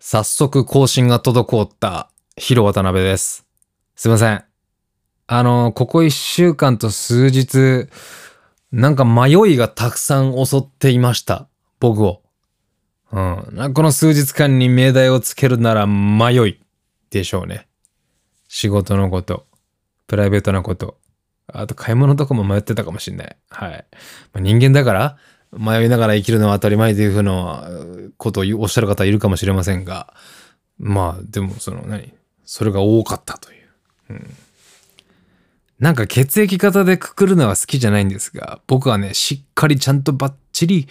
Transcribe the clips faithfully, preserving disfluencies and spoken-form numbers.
早速更新が滞ったヒロ渡辺です。すいません。あの、ここ一週間と数日、なんか迷いがたくさん襲っていました。僕を。うん。この数日間に命題をつけるなら迷いでしょうね。仕事のこと、プライベートなこと、あと買い物とかも迷ってたかもしれない。はい。まあ、人間だから迷いながら生きるのは当たり前というふうなことをおっしゃる方いるかもしれませんが、まあでもその何それが多かったという。うん、なんか血液型でくくるのは好きじゃないんですが、僕はねしっかりちゃんとバッチリ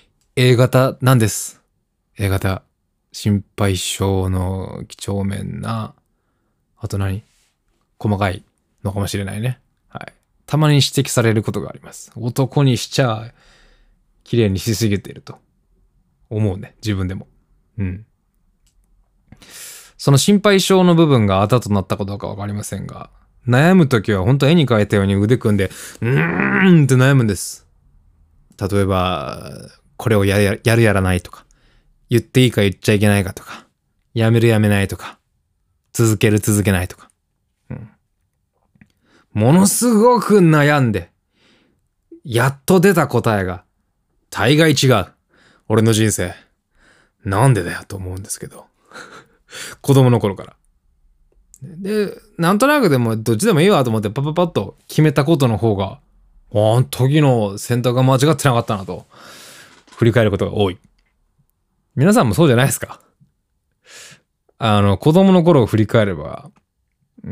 A 型なんです。A 型。心配性の几帳面な、あと何細かいのかもしれないね。はい。たまに指摘されることがあります。男にしちゃ綺麗にしすぎていると思うね、自分でも。うん。その心配性の部分があだとなったかどうかわかりませんが、悩むときは本当絵に描いたように腕組んで、うーんって悩むんです。例えば、これをやるやるやらないとか、言っていいか言っちゃいけないかとか、やめるやめないとか、続ける続けないとか。うん、ものすごく悩んで、やっと出た答えが、大概違う。俺の人生。なんでだよと思うんですけど。子供の頃から。で、なんとなくでもどっちでもいいわと思ってパパパッと決めたことの方が、あの時の選択が間違ってなかったなと、振り返ることが多い。皆さんもそうじゃないですか。あの、子供の頃を振り返れば、うん、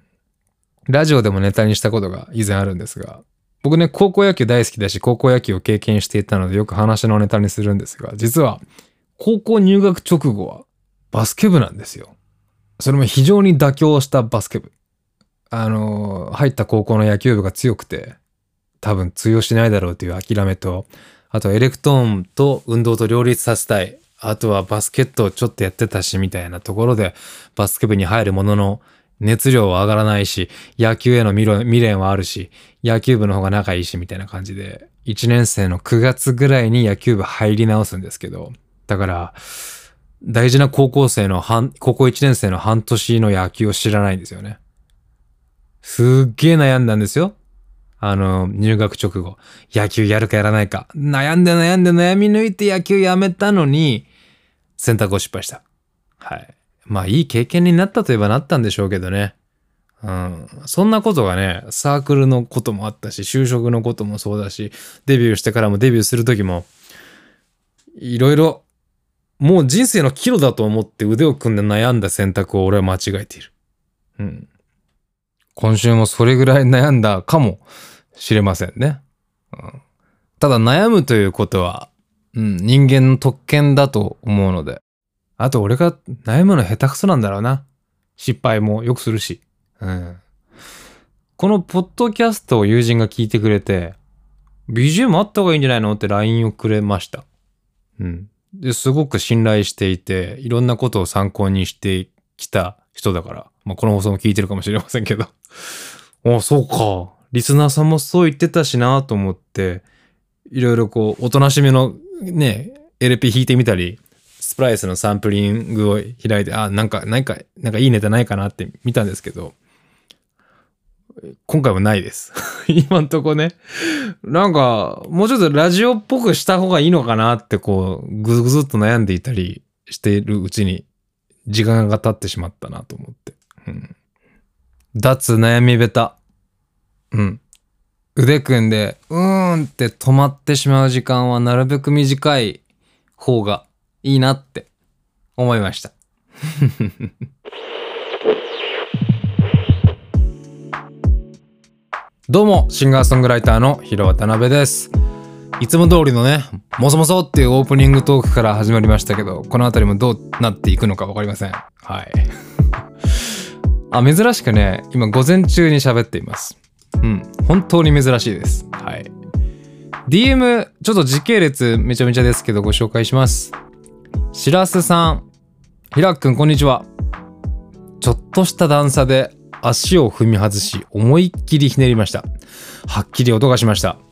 ラジオでもネタにしたことが以前あるんですが、僕ね、高校野球大好きだし、高校野球を経験していたのでよく話のネタにするんですが、実は高校入学直後はバスケ部なんですよ。それも非常に妥協したバスケ部。あの、入った高校の野球部が強くて、多分通用しないだろうという諦めと、あとエレクトーンと運動と両立させたい。あとはバスケットをちょっとやってたしみたいなところでバスケ部に入るものの、熱量は上がらないし、野球への未練はあるし、野球部の方が仲いいしみたいな感じで、いちねん生のくがつぐらいに野球部入り直すんですけど、だから大事な高校生の半高校いちねん生の半年の野球を知らないんですよね。すっげー悩んだんですよ。あの入学直後、野球やるかやらないか悩んで悩んで悩み抜いて野球やめたのに選択を失敗した。はい。まあいい経験になったといえばなったんでしょうけどね。うん。そんなことがね、サークルのこともあったし、就職のこともそうだし、デビューしてからもデビューする時も、いろいろ、もう人生の岐路だと思って腕を組んで悩んだ選択を俺は間違えている。うん。今週もそれぐらい悩んだかもしれませんね。うん、ただ悩むということは、うん、人間の特権だと思うので、あと俺が悩むの下手くそなんだろうな。失敗もよくするし。うん、このポッドキャストを友人が聞いてくれて、ビージーエム あった方がいいんじゃないのって ライン をくれました。うん。で、すごく信頼していて、いろんなことを参考にしてきた人だから、まあ、この放送も聞いてるかもしれませんけど。あ、そうか。リスナーさんもそう言ってたしなと思って、いろいろこう、おとなしめのね、エルピー 弾いてみたり、スプライスのサンプリングを開いて、あ、なんか、なんか、なんかいいネタないかなって見たんですけど、今回はないです。今んとこね。なんか、もうちょっとラジオっぽくした方がいいのかなって、こう、ぐずぐずっと悩んでいたりしているうちに、時間が経ってしまったなと思って。うん、脱悩みベタ。うん。腕組んで、うーんって止まってしまう時間はなるべく短い方がいいなって思いました。どうも、シンガーソングライターのヒロ渡辺です。いつも通りのね、もそもそっていうオープニングトークから始まりましたけど、このあたりもどうなっていくのかわかりません。はい。あ、珍しくね、今午前中に喋っています。うん、本当に珍しいです。はい。ディーエム、ちょっと時系列めちゃめちゃですけどご紹介します。しらすさん、ひらっくんこんにちは。ちょっとした段差で足を踏み外し思いっきりひねりました。はっきり音がしました。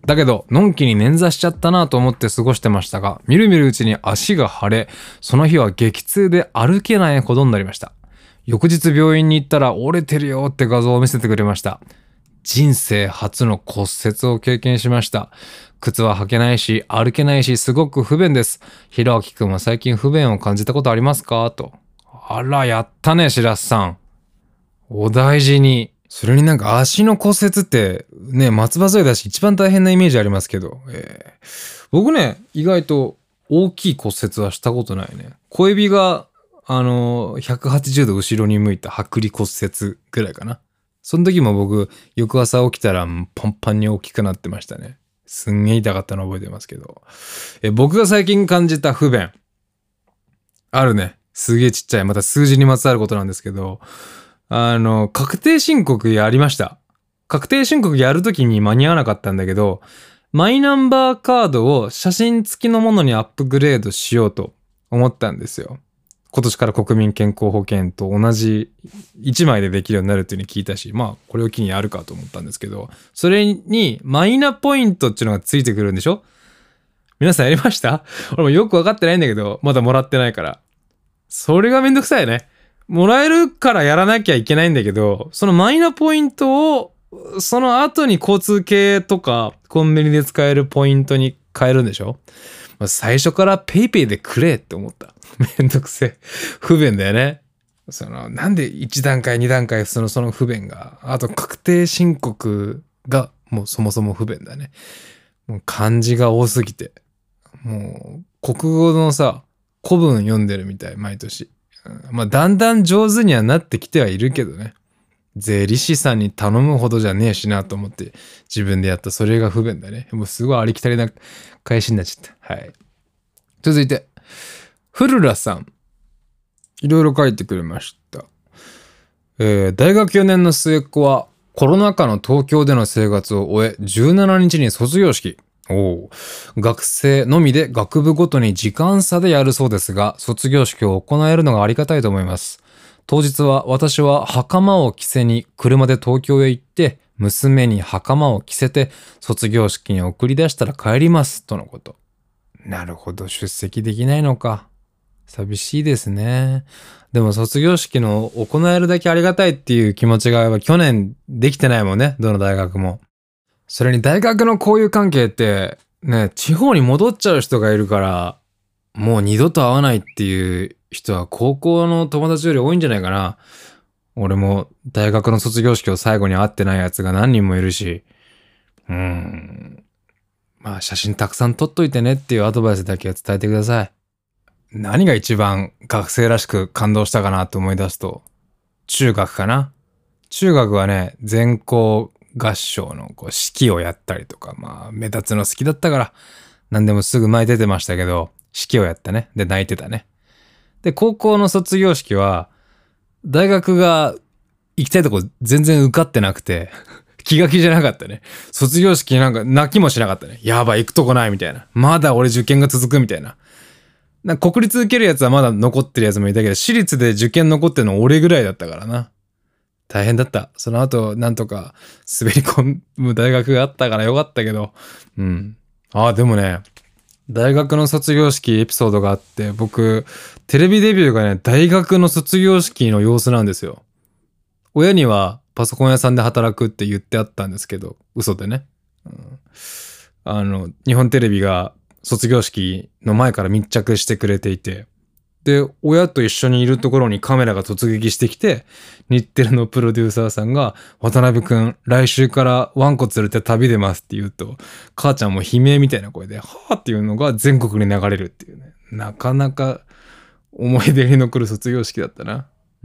だけど、のんきに捻挫しちゃったなと思って過ごしてましたが、みるみるうちに足が腫れ、その日は激痛で歩けないほどになりました。翌日病院に行ったら折れてるよって画像を見せてくれました。人生初の骨折を経験しました。靴は履けないし、歩けないし、すごく不便です。ひろあきくんは最近不便を感じたことありますかと。あら、やったね、しらすさん。お大事に。それになんか足の骨折ってね、松葉杖だし一番大変なイメージありますけど、えー、僕ね、意外と大きい骨折はしたことないね。小指が、あのー、ひゃくはちじゅうど後ろに向いた剥離骨折ぐらいかな。その時も僕、翌朝起きたらパンパンに大きくなってましたね。すんげえ痛かったの覚えてますけど。え、僕が最近感じた不便。あるね。すげえちっちゃい。また数字にまつわることなんですけど、あの、確定申告やりました。確定申告やるときに間に合わなかったんだけど、マイナンバーカードを写真付きのものにアップグレードしようと思ったんですよ。今年から国民健康保険と同じいちまいでできるようになるっていう風に聞いたし、まあこれを機にやるかと思ったんですけど、それにマイナポイントっていうのがついてくるんでしょ？皆さんやりました？俺もよくわかってないんだけど、まだもらってないから。それがめんどくさいね。もらえるからやらなきゃいけないんだけど、そのマイナポイントを、その後に交通系とかコンビニで使えるポイントに変えるんでしょ？最初からペイペイでくれって思った。めんどくせえ。不便だよね。その、なんでいち段階に段階その、その不便が。あと確定申告がもうそもそも不便だね。もう漢字が多すぎて。もう国語のさ、古文読んでるみたい、毎年。まあ、だんだん上手にはなってきてはいるけどね。税理士さんに頼むほどじゃねえしなと思って自分でやった。それが不便だね。もうすごいありきたりな返しになっちゃった。はい。続いて、フルラさん。いろいろ書いてくれました。えー、大学よねんの末っ子はコロナ禍の東京での生活を終え、じゅうしちにちに卒業式。お学生のみで学部ごとに時間差でやるそうですが、卒業式を行えるのがありがたいと思います。当日は私は袴を着せに車で東京へ行って、娘に袴を着せて卒業式に送り出したら帰りますとのこと。なるほど、出席できないのか。寂しいですね。でも卒業式の行えるだけありがたいっていう気持ちが去年できてないもんね、どの大学も。それに大学の交友関係ってね、地方に戻っちゃう人がいるから、もう二度と会わないっていう人は高校の友達より多いんじゃないかな。俺も大学の卒業式を最後に会ってないやつが何人もいるし、うーん。まあ写真たくさん撮っといてねっていうアドバイスだけは伝えてください。何が一番学生らしく感動したかなと思い出すと、中学かな。中学はね、全校合唱のこう式をやったりとか、まあ目立つの好きだったから何でもすぐ前出てましたけど、式をやったね。で泣いてたね。で高校の卒業式は大学が行きたいとこ全然受かってなくて気が気じゃなかったね。卒業式なんか泣きもしなかったね。やばい行くとこないみたいな。まだ俺受験が続くみたいな。なんか国立受けるやつはまだ残ってるやつもいたけど、私立で受験残ってるの俺ぐらいだったからな。大変だった。その後、なんとか滑り込む大学があったからよかったけど。うん。ああ、でもね、大学の卒業式エピソードがあって、僕、テレビデビューがね、大学の卒業式の様子なんですよ。親にはパソコン屋さんで働くって言ってあったんですけど、嘘でね。うん、あの、日本テレビが卒業式の前から密着してくれていて、で、親と一緒にいるところにカメラが突撃してきて、日テレのプロデューサーさんが、渡辺くん、来週からワンコ連れて旅出ますって言うと、母ちゃんも悲鳴みたいな声で、はぁっていうのが全国に流れるっていうね。なかなか思い出に残る卒業式だったな。うん。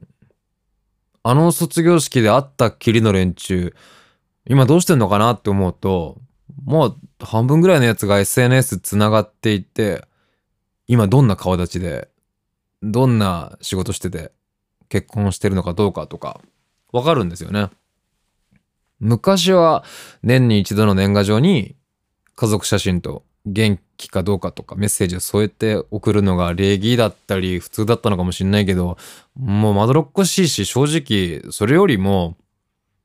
あの卒業式で会ったっきりの連中、今どうしてんのかなって思うと、もう半分ぐらいのやつが エスエヌエス 繋がっていて、今どんな顔立ちで、どんな仕事してて、結婚してるのかどうかとか、わかるんですよね。昔は年に一度の年賀状に家族写真と元気かどうかとかメッセージを添えて送るのが礼儀だったり普通だったのかもしれないけど、もうまどろっこしいし、正直それよりも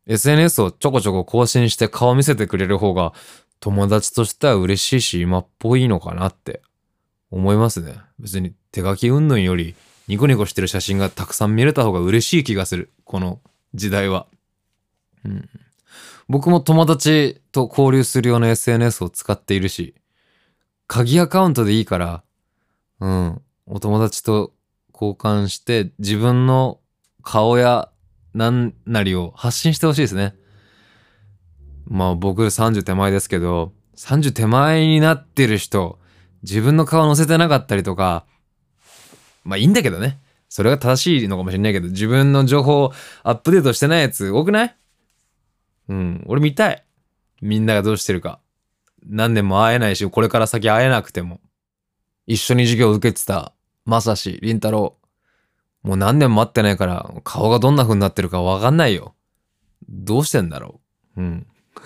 エスエヌエス をちょこちょこ更新して顔見せてくれる方が友達としては嬉しいし今っぽいのかなって思いますね。別に手書き云々よりニコニコしてる写真がたくさん見れた方が嬉しい気がする。この時代は。うん、僕も友達と交流するような エスエヌエス を使っているし、鍵アカウントでいいから、うん、お友達と交換して自分の顔や何なりを発信してほしいですね。まあ僕さんじゅう手前ですけど、さんじゅう手前になってる人、自分の顔載せてなかったりとか、まあいいんだけどね。それが正しいのかもしれないけど、自分の情報アップデートしてないやつ多くない？うん、俺見たい。みんながどうしてるか。何年も会えないし、これから先会えなくても。一緒に授業を受けてた、まさし、りんたろう。もう何年も会ってないから、顔がどんな風になってるかわかんないよ。どうしてんだろう。うん。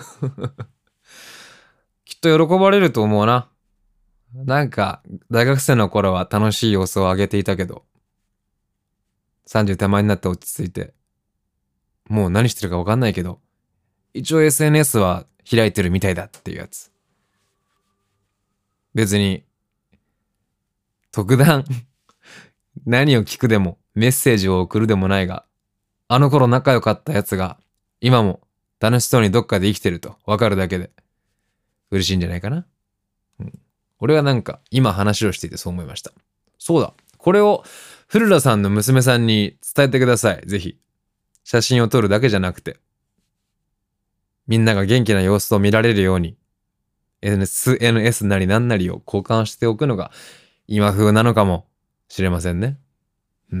きっと喜ばれると思うな。なんか、大学生の頃は楽しい様子を上げていたけど、さんじゅう手前になって落ち着いて、もう何してるかわかんないけど、一応 エスエヌエス は開いてるみたいだっていうやつ。別に、特段、何を聞くでも、メッセージを送るでもないが、あの頃仲良かったやつが、今も楽しそうにどっかで生きてるとわかるだけで、嬉しいんじゃないかな。うん、俺はなんか、今話をしていてそう思いました。そうだ。これを、古田さんの娘さんに伝えてください。ぜひ。写真を撮るだけじゃなくて、みんなが元気な様子を見られるように、エスエヌエス なりなんなりを交換しておくのが、今風なのかもしれませんね。うん。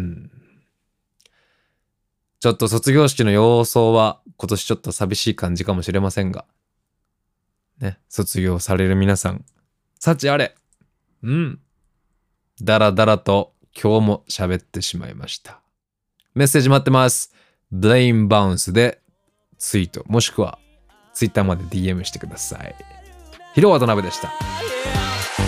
ちょっと卒業式の様相は今年ちょっと寂しい感じかもしれませんが、ね、卒業される皆さん、幸あれ。うん。だらだらと今日も喋ってしまいました。メッセージ待ってます。Blame Bounce でツイート、もしくはツイッターまで ディーエム してください。広渡辺でした。